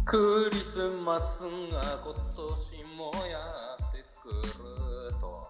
クリスマスが今年もやってくると。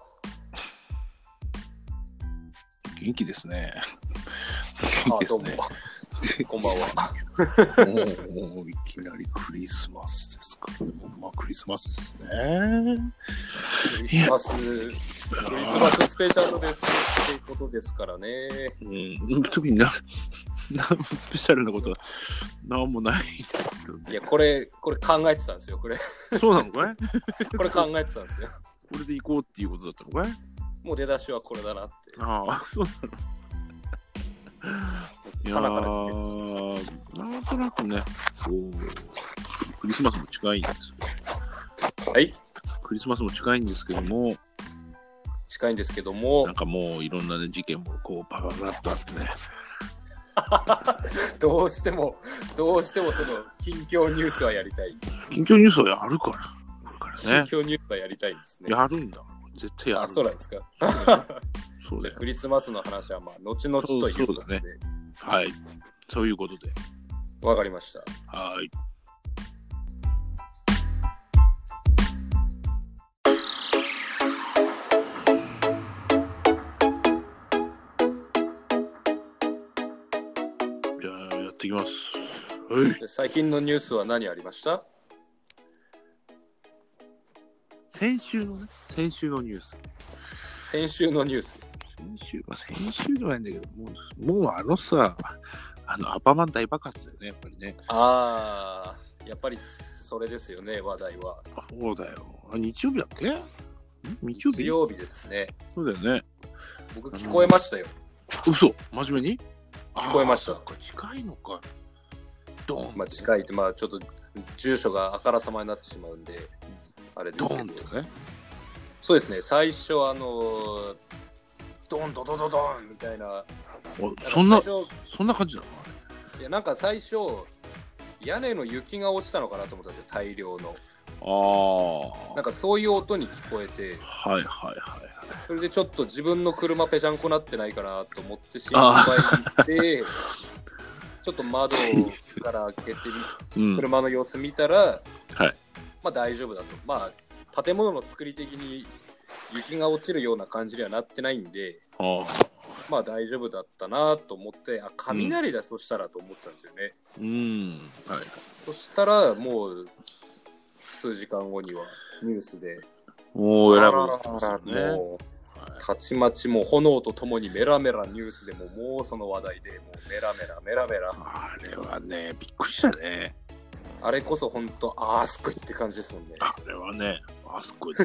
元気ですね。元気ですね。 こんばんは。 もういきなりクリスマスですか。まあクリスマスですね。 クリスマススペシャルですっていうことですからね。 特に何もスペシャルなことは何もないんだけど、ね。 いやこれ考えてたんですよ。これそうなのかい？ これ考えてたんですよ。 これで行こうっていうことだったのかい？ もう出だしはこれだなって。 ああ、そうなの。いやー、なんとなくね、こうクリスマスも近いんですよ。 はい。 クリスマスも近いんですけども、なんかもういろんな、ね、事件もこうパパパッとあってね。 どうしてもその近況ニュースはやりたい。 近況ニュースはやるから、これからね。 近況ニュースはやりたいんですね。 やるんだ。絶対やる。 あ、そうなんですか。 そうだよ。 クリスマスの話はまあ後々ということで。 そうだね。はい。そういうことで。 わかりました。 はい。じゃあやっていきます。はい。 最近のニュースは何ありました？ 先週のニュース。 先週のニュース。 先週ではないんだけど、もうアパマン大爆発だよね、やっぱりね。 ああ、やっぱりそれですよね、話題は。 そうだよ。日曜日だっけ？ 日曜日ですね。 そうだよね。 僕聞こえましたよ。 嘘？真面目に？ 聞こえました。 近いのか。ドーン。 まあ近いって、まあちょっと住所があからさまになってしまうんで、あれですけど。 ね、 そうですね、最初ドンドドドドンみたいな。 そんな感じなの？ いや、なんか最初屋根の雪が落ちたのかなと思ったんですよ、大量の。なんかそういう音に聞こえて、 はい。 それでちょっと自分の車ぺちゃんこなってないかなと思って心配してちょっと窓から開けて車の様子見たら、 はい、 まあ大丈夫だと。まあ建物の作り的に雪が落ちるような感じにはなってないんで、まあ大丈夫だったなと思って、雷だ、そしたらと思ってたんですよね。 はい。 そしたらもう数時間後にはニュースでもうたちまちもう炎とともにメラメラニュースでもうその話題でもうメラメラあれはね、びっくりしたね。 あれこそ本当あそこいって感じですもんね。 あれはね、あそこ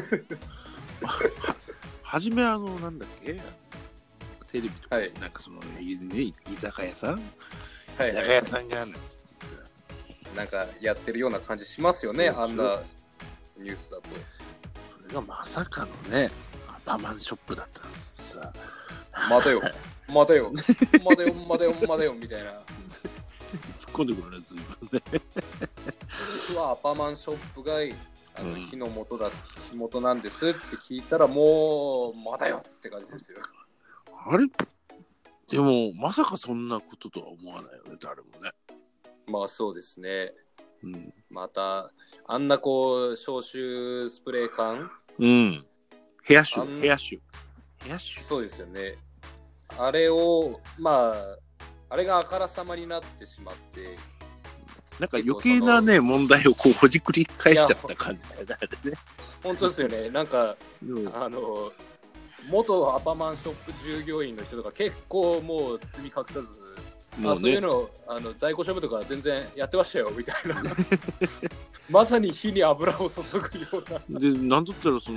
はじめなんだっけ、テレビとか、なんかその居酒屋さん、居酒屋さんがなんかやってるような感じしますよね、あんなニュースだと。 それがまさかのね、アパマンショップだったんですさ。 待てよみたいな。 突っ込んでくるね、ずいぶんね。 実はアパマンショップが火の元なんですって聞いたら、もうまだよって感じですよ。 あれでもまさかそんなこととは思わないよね、誰もね。 まあそうですね。またあんなこう消臭スプレー缶、 ヘアシュそうですよね。あれをあれがあからさまになってしまって、 なんか余計なね問題をこうほじくり返しちゃった感じだよね。本当ですよね。なんか、元アパマンショップ従業員の人とか結構もう包み隠さず、そういうの在庫処分とか全然やってましたよみたいな。まさに火に油を注ぐような。 で、なんだったら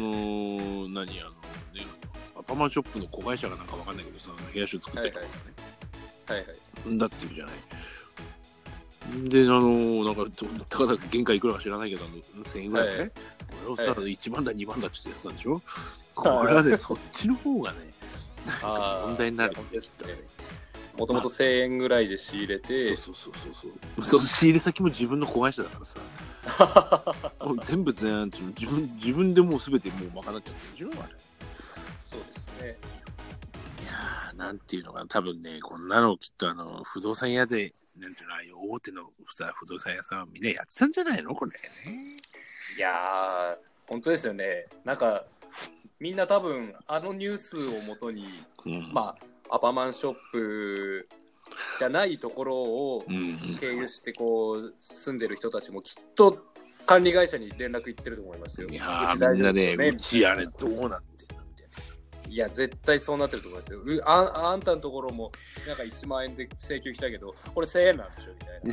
アパマンショップの子会社がなんかわかんないけどさ、ヘアシュ作ってるからね。だっていうじゃない。で、なんかたかだか原価いくらか知らないけど、1000円ぐらいね。これをさ、1万だ2万だって言ってやつなんでしょ。これはね、そっちの方がね、問題になるんですね。 もともと1000円ぐらいで仕入れて、 その仕入れ先も自分の子会社だからさ、全部自分でもう全てもう賄っちゃってるでしょ、あれ。 そうですね。 いやなんていうのかな、多分ね、こんなのきっと不動産屋で、なんていうの、大手の不動産屋さんはみんなやってたんじゃないのこれね。 いやー、本当ですよね。なんか、みんな多分、ニュースをもとに、まあ、アパマンショップじゃないところを経由してこう住んでる人たちもきっと管理会社に連絡行ってると思いますよ。 いやー、みんなね、うちあれどうなってんのみたいな。 いや、絶対そうなってると思いますよ。あんたのところもなんか1万円で請求来たけど、これ1000円なんでしょ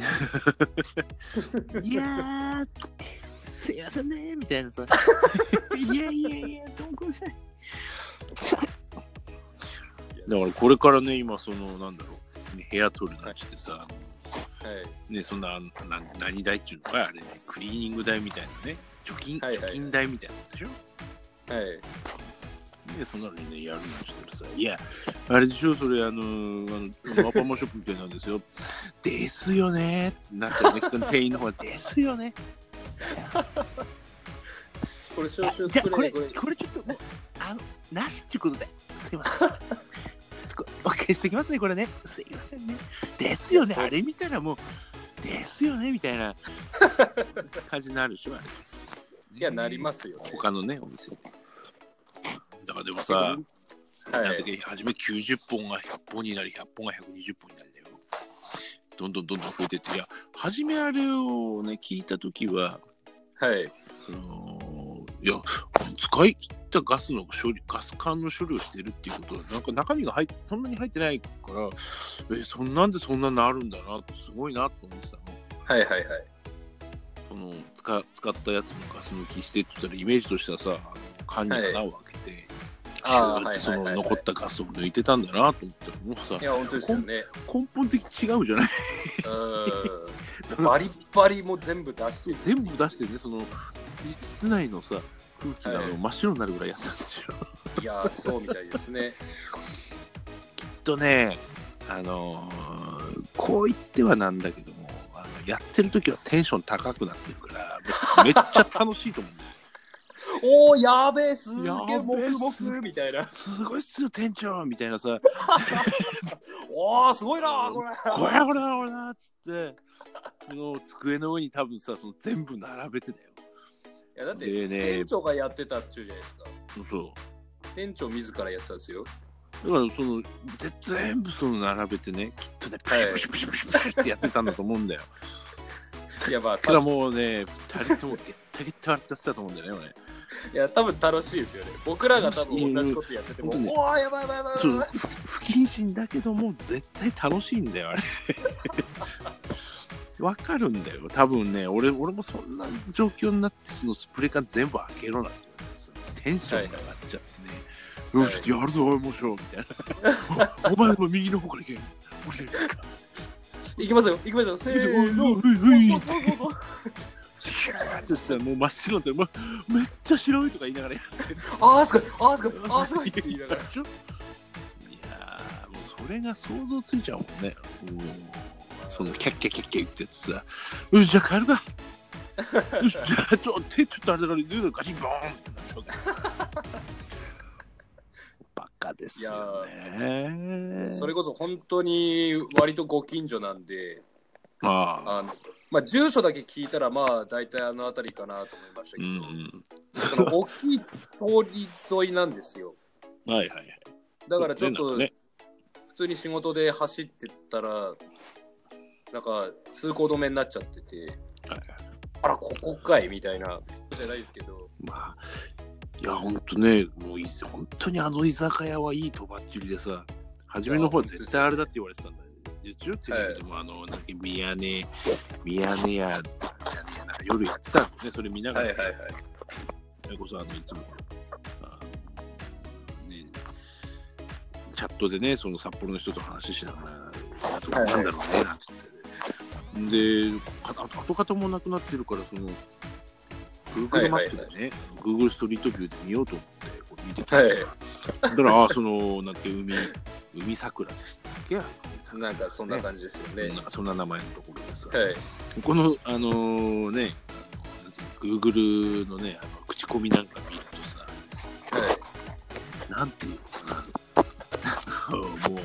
みたいな。 いやー、すいませんねみたいなさ。いや、どうください。だからこれからね、今なんだろう、部屋取るなっつってさ、はい、ね、そんな何代っていうのかあれね、クリーニング代みたいなね、貯金代みたいなのでしょ。はい。で、そんなのにね、やるのちょっとさ、いや、あれでしょ、それアパマショップみたいなんですよ。ですよねってなったらね、店員の方がですよね。 これ少々作れこれちょっとなしっていうことですいません。ちょっとお消してきますねこれね。すいませんね。ですよね。あれ見たらもうですよねみたいな感じになるでしょあれ。 いやなりますよ、ね。 他のねお店で。だからでもさ、なんて初め90本が100本になり100本が120本になりだよ。どんどん増えてって、いや初めあれをね聞いたときは、はい。いや使い切ったガス管の処理をしてるっていうことはなんか中身がそんなに入ってないからそんなんでそんなのあるんだなってすごいなと思ってたの。 はいはいはい。 使ったやつのガス抜きしてって言ったらイメージとしてはさ缶に穴を開けて、その残ったガスを抜いてたんだなと思ったらもうさ、 いや本当ですよね。 根本的に違うじゃない。 バリバリも全部出してる。 全部出してね、室内のさ空気が真っ白になるぐらいやつなんですよ。 いやそうみたいですね。 きっとね、こう言ってはなんだけども、やってる時はテンション高くなってるからめっちゃ楽しいと思うんだよ。 おーやべえすげえモクモクみたいな。 すごいっすよ店長みたいなさ。 おーすごいなこれだっつって机の上に多分さ全部並べてだよ。 いやだって店長がやってたっちゅうじゃないですか。 そう店長自らやってたんですよ。 だから全部並べてねきっとねプシュプシュプシュプシュってやってたんだと思うんだよ。いやまあだからもうね2人ともゲッタゲッタ笑ってたと思うんだよね俺。 いや多分楽しいですよね。僕らが多分同じことやっててもおーやばい不謹慎だけども絶対楽しいんだよあれ。わかるんだよ多分ね。俺もそんな状況になってスプレー缶全部開けろなんて言われてさテンションが上がっちゃってね、よしやるぞもうしようみたいな。お前も右の方から行け。 行きますよせーのシューってさもう真っ白でめっちゃ白いとか言いながらやってる。 あーすごいって言いながら。いやもうそれが想像ついちゃうもんね。キャッキャ言ってさ、よしじゃあ帰るか。よしじゃあちょっとあれだから言うのガチンボーンってなっちゃう。バカですよね。 それこそ本当に割とご近所なんで、まあ住所だけ聞いたらまあ大体辺りかなと思いましたけど、大きい通り沿いなんですよ。 はい。 だからちょっと普通に仕事で走ってったらなんか通行止めになっちゃってて、あらここかいみたいなじゃないですけど、 まあいやほんとねもう本当に居酒屋はいいとばっちりでさ、初めの方は絶対あれだって言われてたんだよ。テレビでもなんかミヤネ屋じゃねえな夜やってたんだよね。それ見ながらこそいつもチャットでね札幌の人と話しながらなんだろうねなんつってで跡形もなくなってるからGoogle マップでね、Google ストリートビューで見ようと思ってこう見てきたら、だからなんて海桜でしたっけ？ なんかそんな感じですよね。 そんな名前のところでさ、このGoogle のね口コミなんか見るとさ、なんていうのかな、もう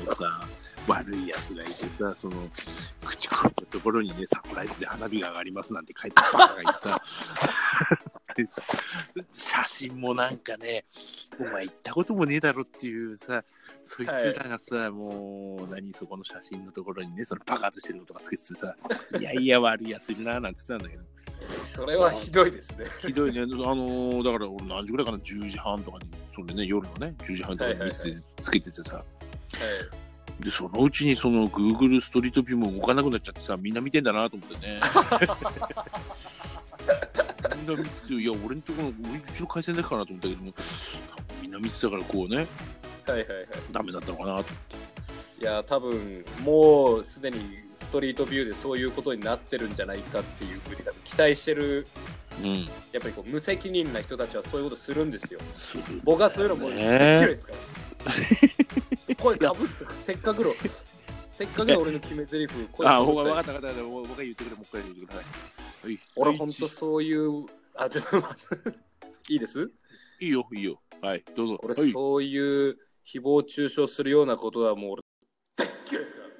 悪いやつがいてさ、その口コミのところにね、サプライズで花火が上がりますなんて書いてるバカがいてさでさ、写真もなんかね、お前行ったこともねえだろっていうさ、そいつらがさ、はい、もうそこの写真のところにね、その爆発してるのとかつけててさ、いやいや悪いやついるななんて言ってたんだけど、 それはひどいですね。 ひどいね。だから俺何時ぐらいかな、10時半とかに、それね、夜のね、10時半とかに見せつけててさ、はい、で、そのうちにその Google ストリートビューも動かなくなっちゃってさ、みんな見てんだなと思ってね。みんな見てて、いや、俺のところ、うちの回線だからなと思ったけども、みんな見てたからこうね、ダメだったのかなと思って。 いや、多分もうすでにストリートビューでそういうことになってるんじゃないかっていうふうに期待してる、やっぱりこう無責任な人たちはそういうことするんですよ。僕はそういうのもできるですから。声かぶってせっかくの俺の決め台詞声かぶって。 分かった。僕が言ってくれ、もう一回言ってください。はい、 俺ほんとそういういいです？ いいよ。はい、どうぞ。 俺そういう誹謗中傷するようなことはもう俺大っ嫌いですから。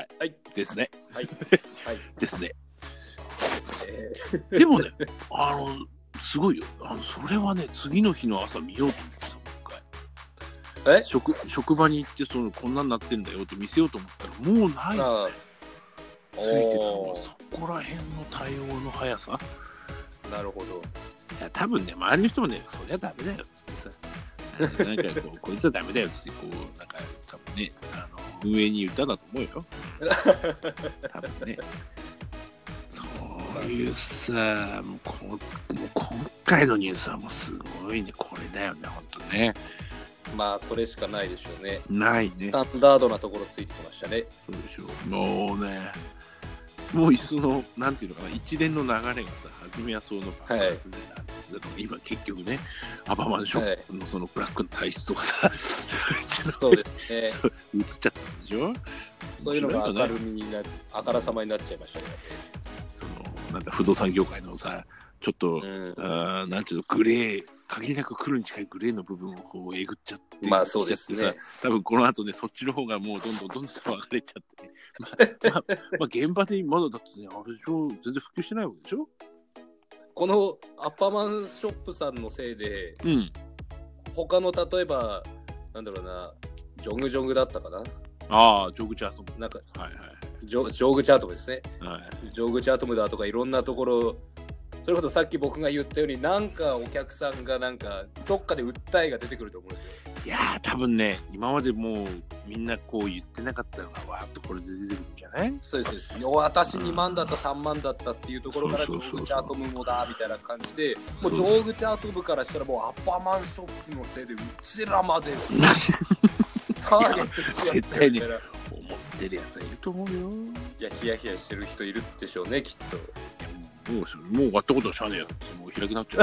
はい。ですね。 はい。 ですね。でもね、すごいよ。それはね、次の日の朝見ようと思ってさ、もう一回。職場に行ってこんなになってんだよって見せようと思ったらもうないよね。ついてたのそこら辺の対応の速さ。 なるほど。 いや多分ね、周りの人もね、そりゃダメだよっつってさ、なんかこいつはダメだよっつってなんか多分ね、運営に言ったんだと思うよ。多分ね。そういうさ、もう今回のニュースはもうすごいね、これだよね、ほんとね。 まあそれしかないでしょうね。 ないね。 スタンダードなところついてきましたね。 そうでしょう。もうね、もうそのなんていうのかな、一連の流れがさ、初めはその爆発でなんつってたのが、今結局ね、アパマンショップのそのブラックの体質とかさ、 そうですね。 映っちゃったんでしょ。 そういうのがあからさまになっちゃいましたね。 なんか不動産業界のさ、ちょっと、なんていうの、グレー、限りなく黒に近いグレーの部分をこうえぐっちゃって、 まあそうですね。 多分この後ね、そっちの方がもうどんどん分かれちゃってね。まあ現場でまだだってね、あれでしょ、全然普及してないわけでしょ。 このアッパーマンショップさんのせいで、他の例えばなんだろうな、ジョグだったかな。 ジョグチャートム。 なんか、ジョグチャートムですね。ジョグチャートムだとかいろんなところ。それこそさっき僕が言ったように、なんかお客さんがなんかどっかで訴えが出てくると思うんですよ。 いやー多分ね、今までもうみんなこう言ってなかったのがわーっとこれで出てくるんじゃない？ そうです。私2万だった3万だったっていうところからジョグチャートムもだみたいな感じで、もうジョグチャートムからしたらもうアッパーマンショップのせいでうちらまでターゲットしちゃってみたいな思ってるやつはいると思うよ。 いやヒヤヒヤしてる人いるでしょうね、きっと。 もう終わったことはしゃあねえよってもう開きなっちゃう。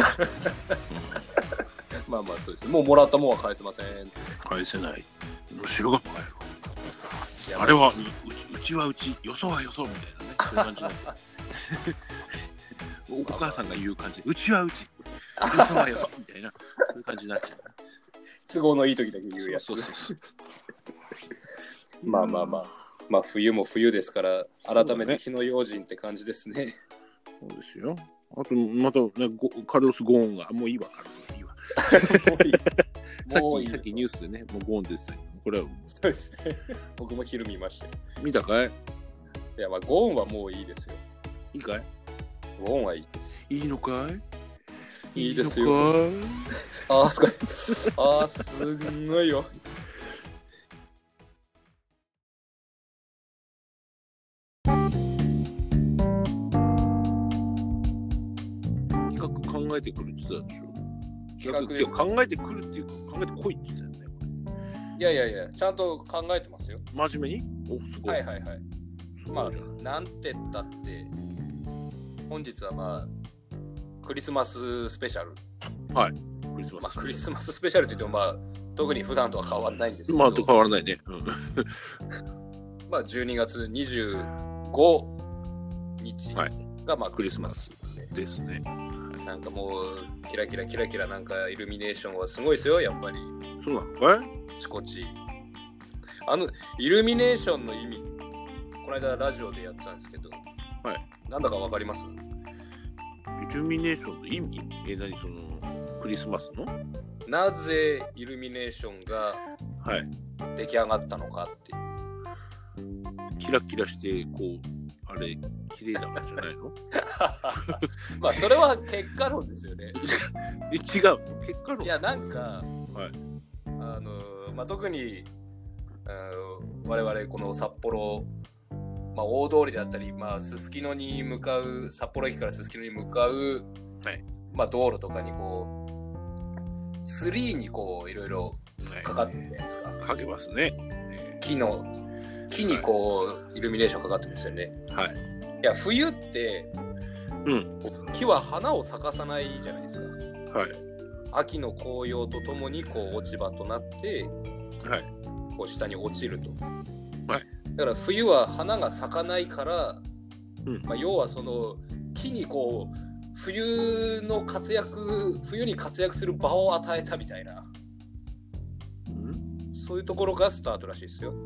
まあそうです。もうもらったもんは返せません。 返せない。後ろがバカやろ。あれはうちはうち、よそはよそみたいなね。そういう感じだ。お母さんが言う感じで、うちはうち、よそはよそみたいな、そういう感じになっちゃう。 都合のいい時だけ言うやつ。まあ冬も冬ですから改めて火の用心って感じですね。 そうですよ。あとまたね、カルロス・ゴーンがもういいわ、カルロスがいいわ。さっきニュースでね、もうゴーンですよ。これはそうですね。僕も昼見ました。 見たかい？ いやゴーンはもういいですよ。 いいかい？ ゴーンはいいです。 いいのかい？ いいですよ。すごい。すんごいよ。 考えてくるって言ってたでしょ。企画ですか？考えてくるっていうか、考えてこいって言ってたよね。 いや、ちゃんと考えてますよ。 真面目に？すごい。 はい。まあ、なんて言ったって、本日はまあ、クリスマススペシャル。 はい。 クリスマススペシャルと言っても、まあ、特に普段とは変わらないんですけど。 まあ、変わらないね。 まあ、12月25日が、まあ、クリスマスですね。 なんかもうキラキラなんかイルミネーションはすごいですよ、やっぱり。 そうなのかい？ ちこち。 イルミネーションの意味、この間ラジオでやってたんですけど、 はい。 なんだかわかります？ イルミネーションの意味？何そのクリスマスの？ なぜイルミネーションが出来上がったのかっていう。 キラキラしてこうあれ綺麗だからじゃないの？ まあそれは結果論ですよね。 違う結果論。 いやなんか、 はい、 まあ、特に我々この札幌、まあ、大通りであったり、まあ、すすきのに向かう札幌駅からすすきのに向かう、 はい、 まあ、道路とかにこうツリーにこういろいろかかってるじゃないですか。 かけますね。 木にこうイルミネーションかかってるんですよね。 はい。 いや冬って、木は花を咲かさないじゃないですか。はい。秋の紅葉とともにこう落ち葉となって、はい、こう下に落ちると。はい。だから冬は花が咲かないから、まあ、要はその木にこう冬に活躍する場を与えたみたいな、そういうところがスタートらしいですよ。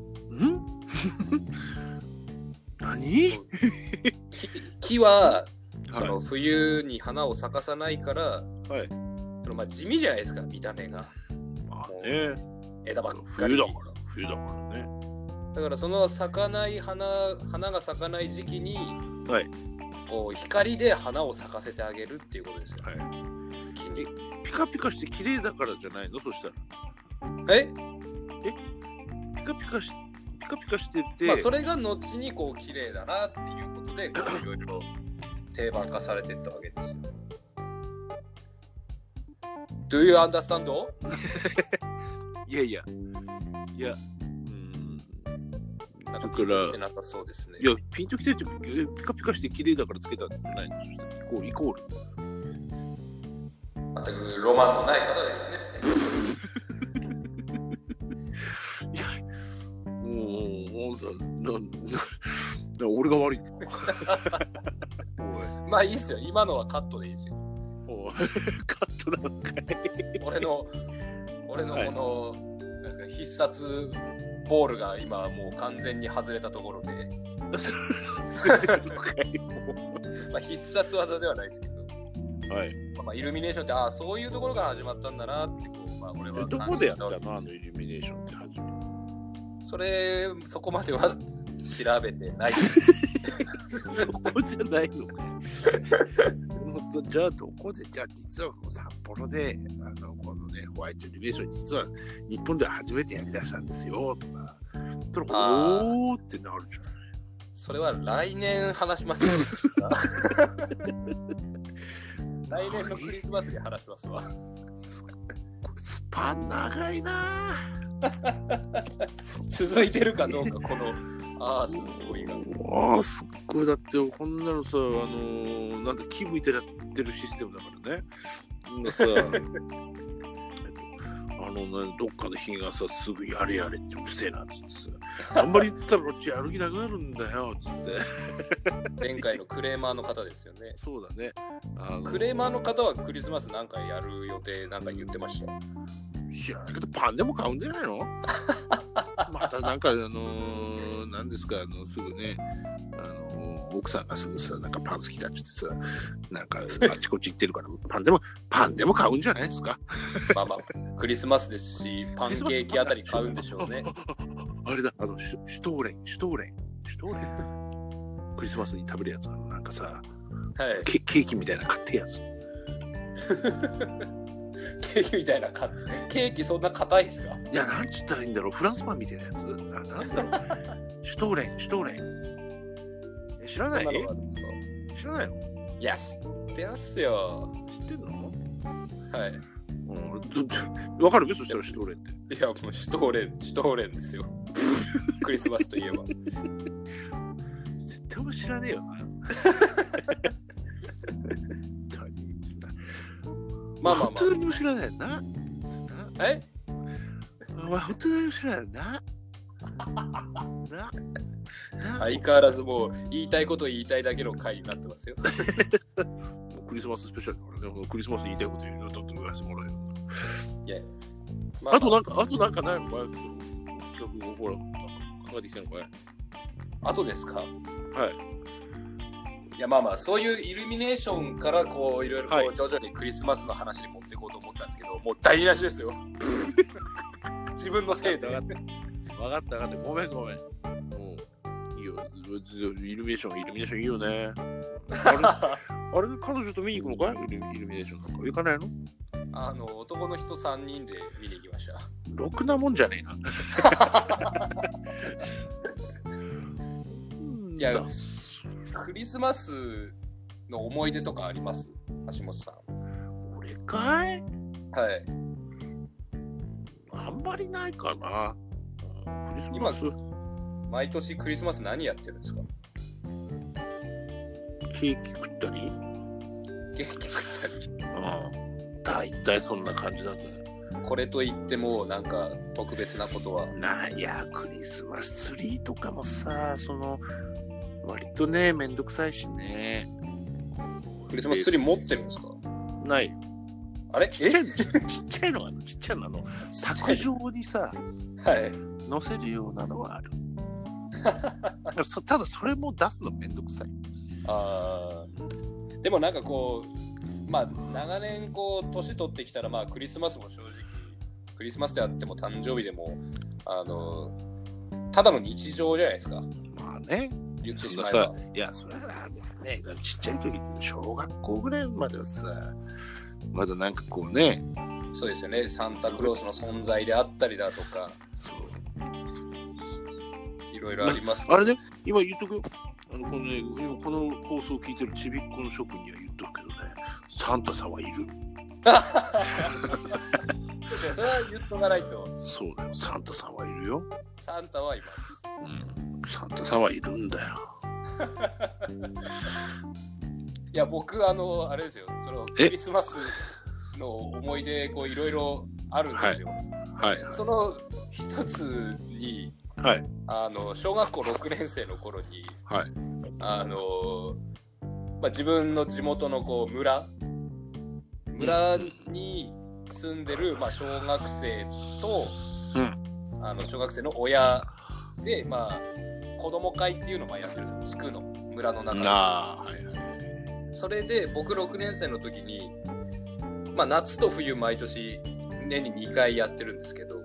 何？ 木はその冬に花を咲かさないから、はい、そのまあ地味じゃないですか、見た目が。 まあね。 枝ばっかり。 冬だからね。 だからその咲かない花が咲かない時期に、はい、こう光で花を咲かせてあげるっていうことですよ。はい。木にピカピカして綺麗だからじゃないの？そしたら。ピカピカしてて、 まあそれが後にこう綺麗だなっていうことで、こういろいろ定番化されていったわけですよ。Do you understand? いや、 なんかピンときてなさそうですね。 いや、ピンときてるってピカピカして綺麗だからつけたんじゃないの？そしたらイコール。 全くロマンのない方ですね。 俺が悪いか。 まあいいっすよ。今のはカットでいいですよ。 カットなのかい。 俺のこの、なんか必殺ボールが今もう完全に外れたところで。まあ必殺技ではないですけど。はい。まあイルミネーションってそういうところから始まったんだなってこう、まあ俺はどこでやったの？イルミネーションって始めた。 そこまでは調べてない。 そこじゃないのかい。じゃあどこで？じゃあ実はこの札幌でこのねホワイトイルミネーション実は日本では初めてやりだしたんですよとか、おーってなるじゃない。 それは来年話しますよ。来年のクリスマスに話しますわ。 スパン長いな。 続いてるかどうかこのすごいな。 すっごい。だってこんなのさなんか気向いてやってるシステムだからね。さどっかの日がさすぐやれってうるせえなっつってさ、あんまり言ったらこっちやる気なくなるんだよっつって。 前回のクレーマーの方ですよね。 そうだね。 クレーマーの方はクリスマスなんかやる予定なんか言ってました。 知らないけどパンでも買うんじゃないの？またなんか何ですかすぐね奥さんがすぐさなんかパン好きだって言ってさなんかあちこち行ってるからパンでも買うんじゃないですか？ まあクリスマスですしパンケーキあたり買うんでしょうね。 あれだシュトーレンクリスマスに食べるやつなんかさ、はい、ケーキみたいな買ってやつ。 ケーキみたいな感じ。ケーキそんな硬いっすか？ いや、なんちったらいいんだろう。フランスパンみたいなやつ。なんだろう。シュトーレン。知らない？知らないの？ いや、知ってますよ。 知ってんの？ はい。 わかるべ？そしたらシュトーレンって。 いや、もうシュトーレンですよ。クリスマスといえば。 絶対知らねえよな。本当に何も知らないな。本当に何も知らないな。 相変わらずもう言いたいことを言いたいだけの回になってますよ。 もうクリスマススペシャルだからね。クリスマスに言いたいこと言うのだと言わせてもらえる。いや、あとなんかないのかよ。 企画ほらなんか考えてきたのかい？ あとですか？ はい。 いやまあまあそういうイルミネーションからこういろいろこう徐々にクリスマスの話に持っていこうと思ったんですけど、もう台無しですよ。自分のせいで。 分かったごめん。もういいよ。イルミネーションいいよね。あれ彼女と見に行くのかい？イルミネーションなんか行かないの？ 男の人3人で見に行きました。 ろくなもんじゃねえな。 いやクリスマスの思い出とかあります？橋本さん。 俺かい？ はい。 あんまりないかな。クリスマス。 毎年クリスマス何やってるんですか？ ケーキ食ったり。大体そんな感じだったね。 これといってもなんか特別なことは。 いやクリスマスツリーとかもさ、割とねめんどくさいしね。 クリスマスツリー持ってるんですか？ ない。 あれ？ ちっちゃいの卓上にさ、 はい、 乗せるようなのはある。ただそれも出すのめんどくさい。 でもなんかこうまあ長年こう年取ってきたらまあクリスマスも正直クリスマスであっても誕生日でもただの日常じゃないですか。 まあね。 言ってしまえば。 いやそれはねちっちゃい時小学校ぐらいまではさまだなんかこうね。 そうですよね。サンタクロースの存在であったりだとか。そう。いろいろありますけど。 あれね今言っとくよ。この放送を聞いてるちびっこの諸君には言っとくけどね、サンタさんはいる。 それは言っとかないと。 そうだよ、サンタさんはいるよ。 サンタはいます。 サンタさんはいるんだよ。 いや僕あれですよ、クリスマスの思い出こういろいろあるんですよ。はい。その一つに。はい、小学校6年生の頃に、はい、自分の地元のこう村に住んでる、小学生と、小学生の親で、子供会っていうのをやってるんですよ、地区の村の中で。それで僕6年生の時に、夏と冬毎年年に2回やってるんですけど、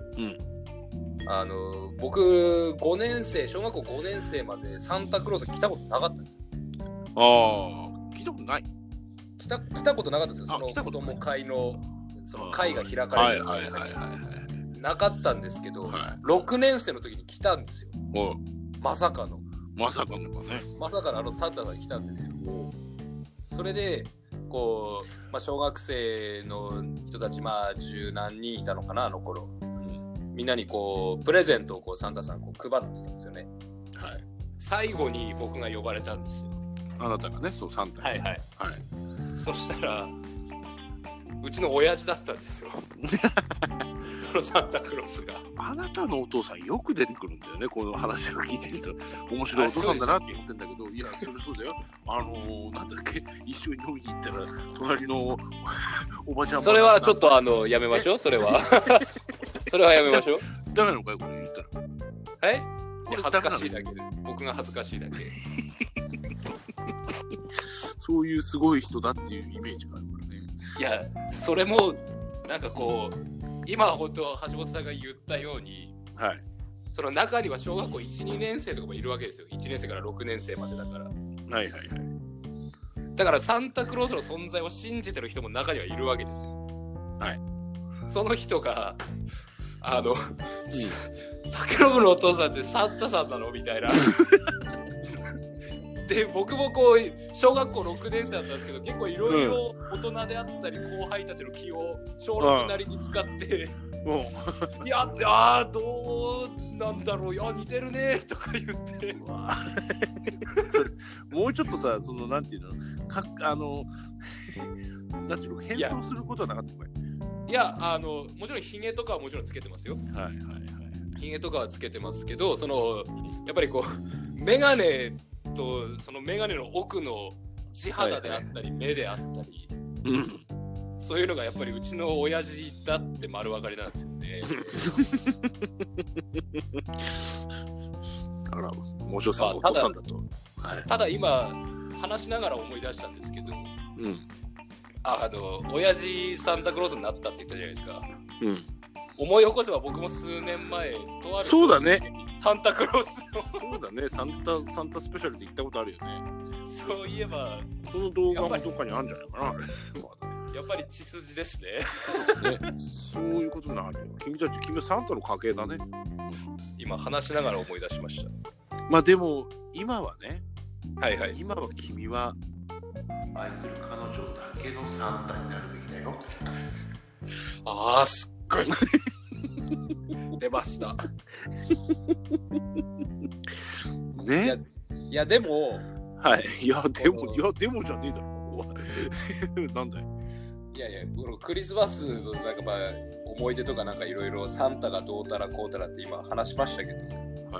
僕小学校5年生までサンタクロース来たことなかったんですよ。 聞いたことない。 来たことなかったんですよ。その子供会のその会が開かれるなかったんですけど、6年生の時に来たんですよ。まさかのサンタが来たんですよ。それでこう、小学生の人たち十何人いたのかな、あの頃。みんなにこうプレゼントをこうサンタさんこう配ってたんですよね。はい。最後に僕が呼ばれたんですよ。 あなたがね、そうサンタに。はい。 そしたらうちの親父だったんですよ。そのサンタクロースが。 あなたのお父さんよく出てくるんだよね。この話を聞いてると面白いお父さんだなって思ってんだけど、いやそうだよ。なんだっけ、一緒に飲みに行ったら隣のおばちゃん。 それはちょっとやめましょう。それは。それはやめましょう。 ダメなのかいこれ言ったら。これ恥ずかしいだけで。僕が恥ずかしいだけ。 そういうすごい人だっていうイメージがあるからね。 いや、それもなんかこう今本当橋本さんが言ったように、はい。その中には小学校1、2年生とかもいるわけですよ。1年生から6年生までだから。はい。だからサンタクロースの存在を信じてる人も中にはいるわけですよ。はい。その人が竹信のお父さんってサンタさんなのみたいな。で僕もこう小学校6年生だったんですけど、結構いろいろ大人であったり後輩たちの気を小6なりに使って、いやどうなんだろう、いや似てるねとか言ってもうちょっとさ、なんていうのなんていうの変装することはなかったのかい？ いやもちろんヒゲとかはもちろんつけてますよ。ヒゲとかはつけてますけど、やっぱりこうメガネとそのメガネの奥の地肌であったり、目であったり、そういうのがやっぱりうちの親父だって丸分かりなんですよね。 もしおさんのお父さんだと。 ただ今話しながら思い出したんですけど、親父サンタクロースになったって言ったじゃないですか。思い起こせば僕も数年前とあるそうだねサンタクロースのそうだねサンタスペシャルで行ったことあるよね。 そういえばその動画もどっかにあるんじゃないかな。 やっぱり血筋ですね。 そういうことになるよ。君はサンタの家系だね。 今話しながら思い出しました。 まあでも今はね、今は君は愛する彼女だけのサンタになるべきだよ。 ああ、すっごい出ましたね。 いやでもいやでもじゃねえだろここはなんだよ。 いやクリスマスのなんかまあ思い出とかなんかいろいろサンタがどうたらこうたらって今話しましたけど、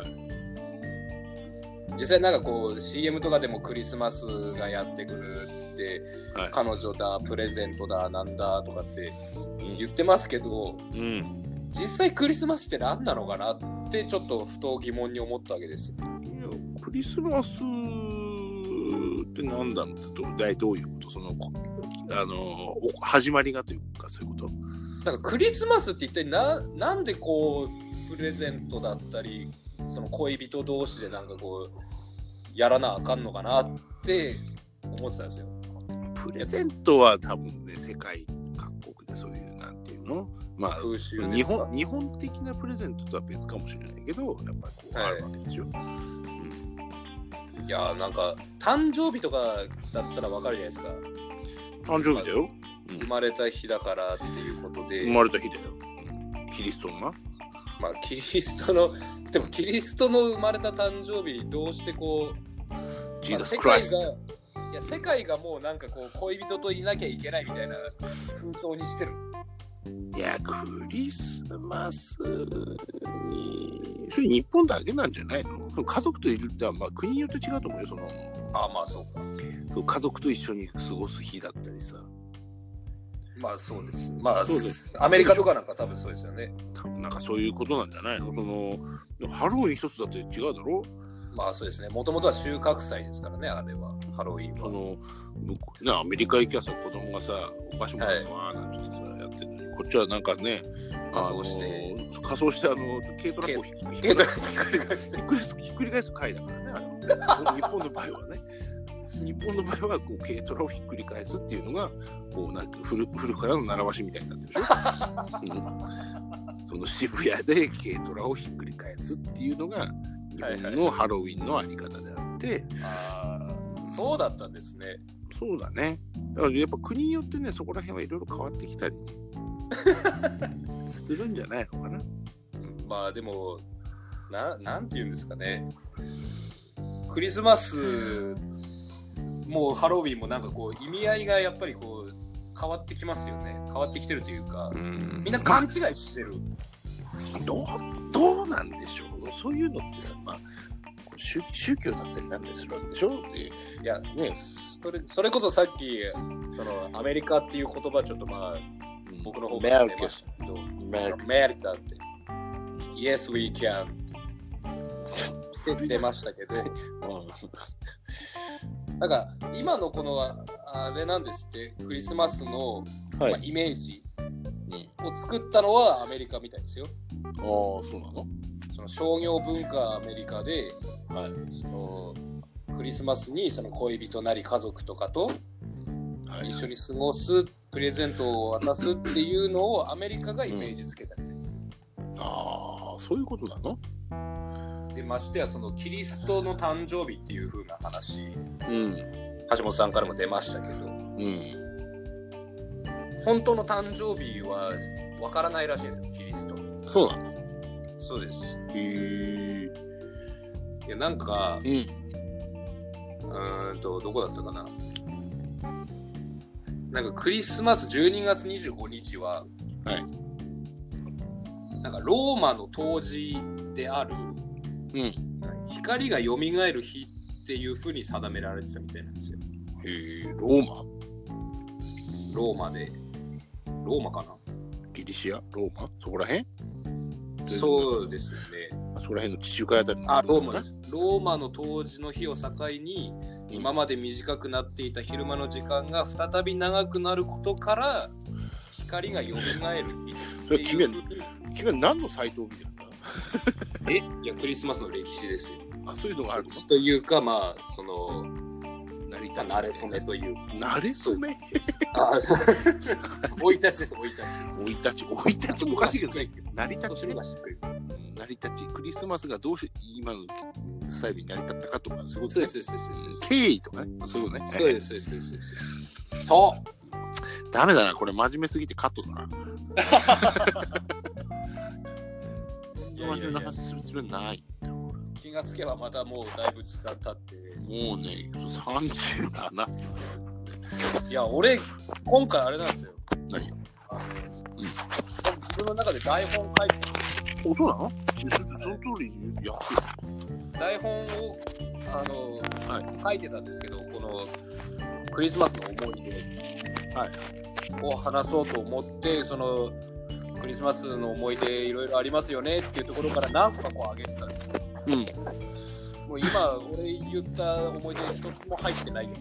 実際なんかこう CM とかでもクリスマスがやってくるっつって、彼女だプレゼントだなんだとかって言ってますけど、実際クリスマスって何なのかなってちょっとふと疑問に思ったわけですよ。 クリスマスって何だろうってどういうこと？その始まりがというかそういうこと？ なんかクリスマスって一体なんでこうプレゼントだったりその恋人同士でなんかこうやらなあかんのかなって思ってたんですよ。 プレゼントは多分ね世界各国でそういうなんていうのまあ風習ですか？ 日本的なプレゼントとは別かもしれないけどやっぱりこうあるわけでしょ。 いやなんか誕生日とかだったらわかるじゃないですか。 誕生日だよ。 生まれた日だからっていうことで。 生まれた日だよ。キリストのな。 まあキリストの生まれた誕生日どうしてこうジーザス・クライスト。 世界がもうなんかこう恋人といなきゃいけないみたいな風潮にしてる。 いやクリスマスにそれ日本だけなんじゃないの？その家族といるまあ国によって違うと思うよ。そのまあそうか。 そう家族と一緒に過ごす日だったりさ。 まあそうです。まあそうです。アメリカとかなんか多分そうですよね。 なんかそういうことなんじゃないの？そのハロウィン一つだって違うだろ？ まあそうですね。もともとは収穫祭ですからね、あれは。ハロウィンは。 そのアメリカ行きゃさ、子供がさ、お菓子もらうのはなんちょっとさ、やってるのに、こっちはなんかね、 仮装して軽トラックをひっくり返す回だからね、日本の場合はね。日本の場合はこう軽トラをひっくり返すっていうのがこうなんか古くからの習わしみたいになってるでしょ。その渋谷で軽トラをひっくり返すっていうのが日本のハロウィンのあり方であって、 そうだったんですね。 そうだね。だからやっぱ国によってねそこら辺はいろいろ変わってきたりするんじゃないのかな。 まあでもなんていうんですかね。クリスマスもうハロウィンもなんかこう意味合いがやっぱりこう変わってきますよね。変わってきてるというか、みんな勘違いしてる。 どうなんでしょう。そういうのってさ、まあ宗教だったりなんだりするわけでしょ。いやね、それこそさっきそのアメリカっていう言葉ちょっとまあ、僕の方から出ましたけど、アメリカって Yes we can って出ましたけど。なんか今のこのあれなんですってクリスマスの、イメージを作ったのはアメリカみたいですよ。 そうなの？ その商業文化アメリカで、そのクリスマスにその恋人なり家族とかと一緒に過ごすプレゼントを渡すっていうのをアメリカがイメージ付けたみたいです。 そういうことなの？ でましてやそのキリストの誕生日っていう風な話、橋本さんからも出ましたけど、本当の誕生日はわからないらしいですよ、キリスト。 そうなの？ そうです。 いやなんか、どこだったかな。なんかクリスマス12月25日は、なんかローマの冬至である。光が蘇る日っていう風に定められてたみたいなんですよ。 ローマかな？ギリシア？ローマ？そこら辺？ そうですよね。 そこら辺の地中海あたり。 ローマです。ローマの当時の日を境に、今まで短くなっていた昼間の時間が再び長くなることから光が蘇るっていう。 君は何のサイトを見てるんだ？ いやクリスマスの歴史ですよ。 そういうのがあるの？ というかまあその成り立ち慣れ初めという慣れ初め？ 生い立ちです。 生い立ちもおかしいけどね。成り立ちね。成り立ちクリスマスがどうして今のスタイルに成り立ったかとかそういうことね。そう経緯とかね。そういうことね。 そうです。そう。 ダメだなこれ真面目すぎてカットだな。真面目な話するつもりない。 気がつけばまたもうだいぶ時間経って。 もうね37分。 いや俺今回あれなんですよ。 何？ 自分の中で台本書いてる。 そうなの？その通りやってる。台本を書いてたんですけど、このクリスマスの思い出を話そうと思って、そのクリスマスの思い出いろいろありますよねっていうところから何個かこう上げてたんですよ。もう今俺言った思い出一つも入ってないよ。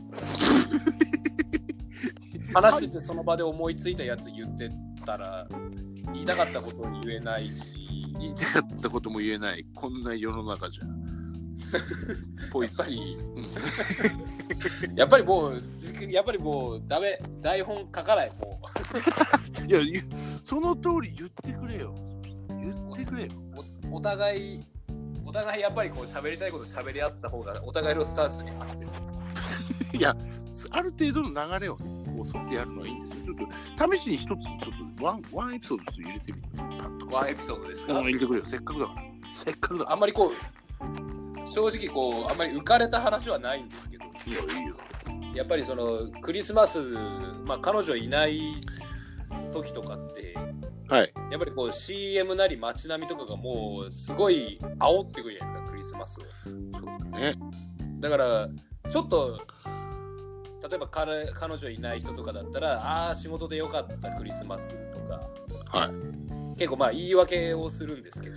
話しててその場で思いついたやつ言ってたら言いたかったことを言えないし。 言いたかったことも言えないこんな世の中じゃポイズンやっぱりもうダメ台本書かないもういやその通り言ってくれよお互いやっぱりこう喋りたいこと喋り合った方がお互いのスタンスに合ってるいやある程度の流れをねこう沿ってやるのはいいんですよ。ちょっと試しに一つちょっとワンエピソード入れてみてください。パッとワンエピソードですか？ 入れてくれよ。せっかくだあんまりこう正直こうあんまり浮かれた話はないんですけど。 いいよ。 やっぱりそのクリスマス彼女いない時とかって、やっぱりこう CM なり街並みとかがもうすごい煽ってくるじゃないですかクリスマスを。 そうね。 だからちょっと例えば彼女いない人とかだったら仕事でよかったクリスマスとか、結構言い訳をするんですけど、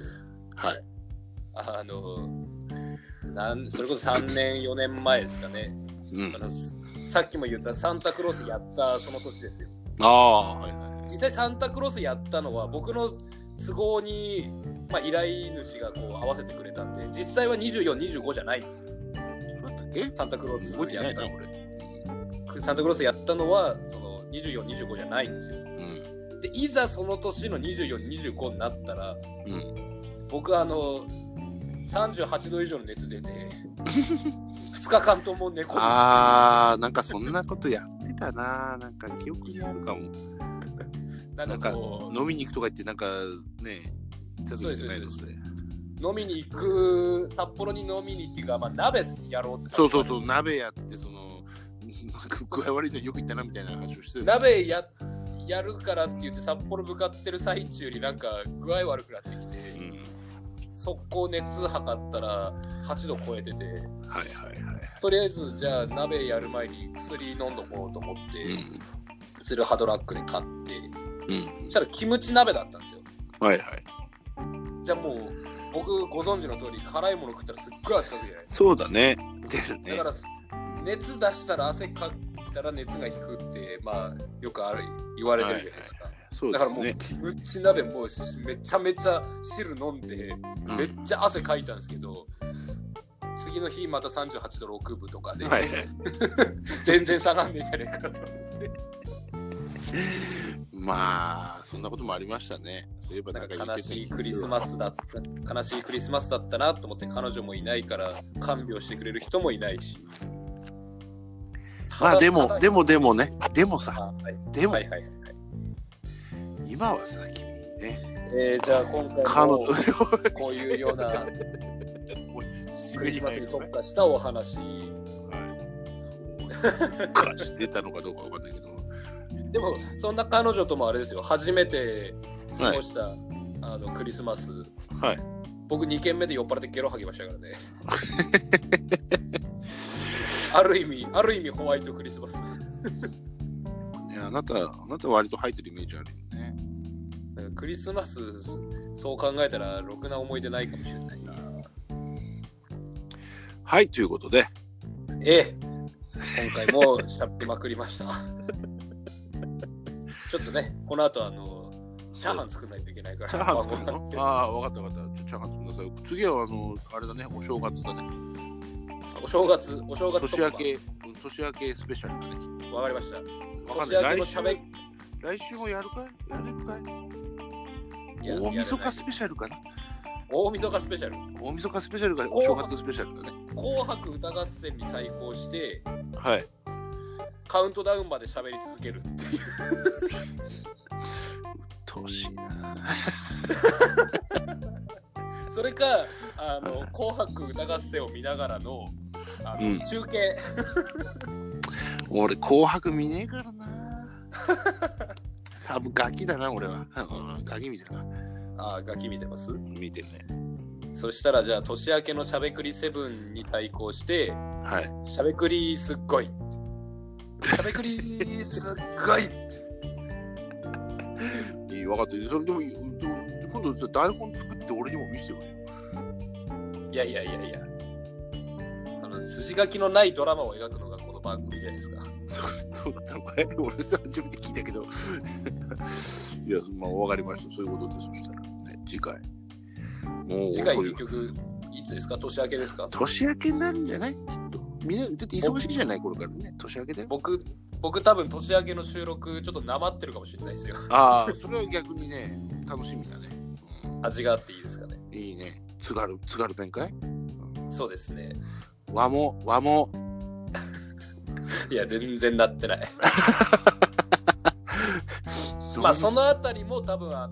それこそ3年4年前ですかね、さっきも言ったサンタクロースやったその年ですよ。実際サンタクロースやったのは僕の都合に、依頼主がこう合わせてくれたんで実際は24、25じゃないんですよ。サンタクロースやったサンタクロースやったのはその24、25じゃないんですよ。でいざその年の24、25になったら、僕38度以上の熱出て2日間とも寝込んでなんかそんなことやってたな。なんか記憶にあるかも。なんか飲みに行くとか言ってなんかねそうです。飲みに行く札幌に飲みに行っていうか鍋やろうってそう鍋やってその具合悪いのよく言ったなみたいな話をしてる。 鍋やるからって言って札幌向かってる最中になんか具合悪くなってきて、速攻熱測ったら8度超えてて、とりあえずじゃあ鍋やる前に薬飲んどこうと思って、ツルハドラッグで買って、そしたらキムチ鍋だったんですよ。じゃあもう僕ご存知の通り辛いもの食ったらすっごい汗かくじゃないですか。 そうだね。 だから熱出したら汗かいたら熱が引くってよく言われてるじゃないですか。だからもうキムチ鍋もうめちゃめちゃ汁飲んで、めっちゃ汗かいたんですけど、次の日また38度6分とかで、全然下がんねえじゃねえかと思って。 そんなこともありましたね。そういえばなんか悲しいクリスマスだったなと思って、彼女もいないから看病してくれる人もいないし。 でもさ、今はさ君ね。 じゃあ今回もこういうようなクリスマスに特化したお話。 かしてたのかどうかわかんないけど。 でもそんな彼女ともあれですよ。初めて過ごした、クリスマス。僕2軒目で酔っ払ってゲロ吐きましたからね。ある意味ホワイトクリスマス。 あなたは割と吐いてるイメージあるよね。 クリスマスそう考えたらろくな思い出ないかもしれないな。 はい、ということで今回もしゃべりまくりました。ちょっとね、この後チャーハン作んないといけないから。 チャーハン作るの？ああ、分かった分かった。チャーハン作ってください。次はあれだね、お正月だね。 お正月年明けスペシャルだね。 わかりました。 年明けのしゃべ来週もやるかい？やれるかい？大晦日スペシャルかな。 大晦日スペシャル。 大晦日スペシャルがお正月スペシャルだね。 紅白歌合戦に対抗して、 はい。 カウントダウンまで喋り続けるっていう。うっとうしいな。 それか紅白歌合戦を見ながらの中継。 俺紅白見ねえからな。多分ガキだな俺は。ガキ見てるな。 ガキ見てます？ 見てるね。 そしたらじゃあ年明けのしゃべくり7に対抗して、 はい。 しゃべくりすっごい。しゃべくりすっごい。 いい、分かってる。それでも今度台本作って俺にも見せてくれよ。 いや。筋書きのないドラマを描くのがこの番組じゃないですか。 そうだったのかい？俺初めて聞いたけど。いや、まあ分かりました。そういうことで、そしたらね、次回結局いつですか？年明けですか？ 年明けになるんじゃない？きっとみんなだって忙しいじゃない頃からね。年明けで僕多分年明けの収録ちょっとなまってるかもしれないですよ。 ああ、それは逆にね楽しみだね。 味があっていいですかね。 いいね。津軽弁かい？ そうですね。 和もいや全然なってない。まあそのあたりも多分はい、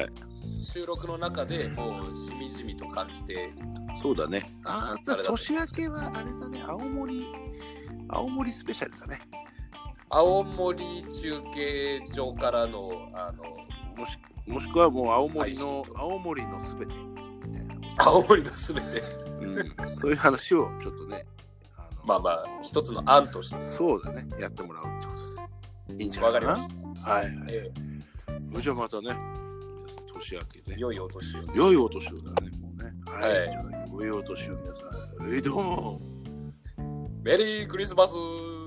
収録の中でもうしみじみと感じて。 そうだね。年明けはあれだね。青森スペシャルだね。 青森中継場からのもしくはもう青森のすべてみたいな。 青森のすべて、 そういう話をちょっとね。 まあ一つの案として。 そうだね。やってもらうってことです。いいんじゃないかな。わかりました。はい。じゃあまたね。年明けで。 良いお年を。 良いお年をだね。もうね。はい。じゃあ良いお年を皆さん。どうも。 メリークリスマス。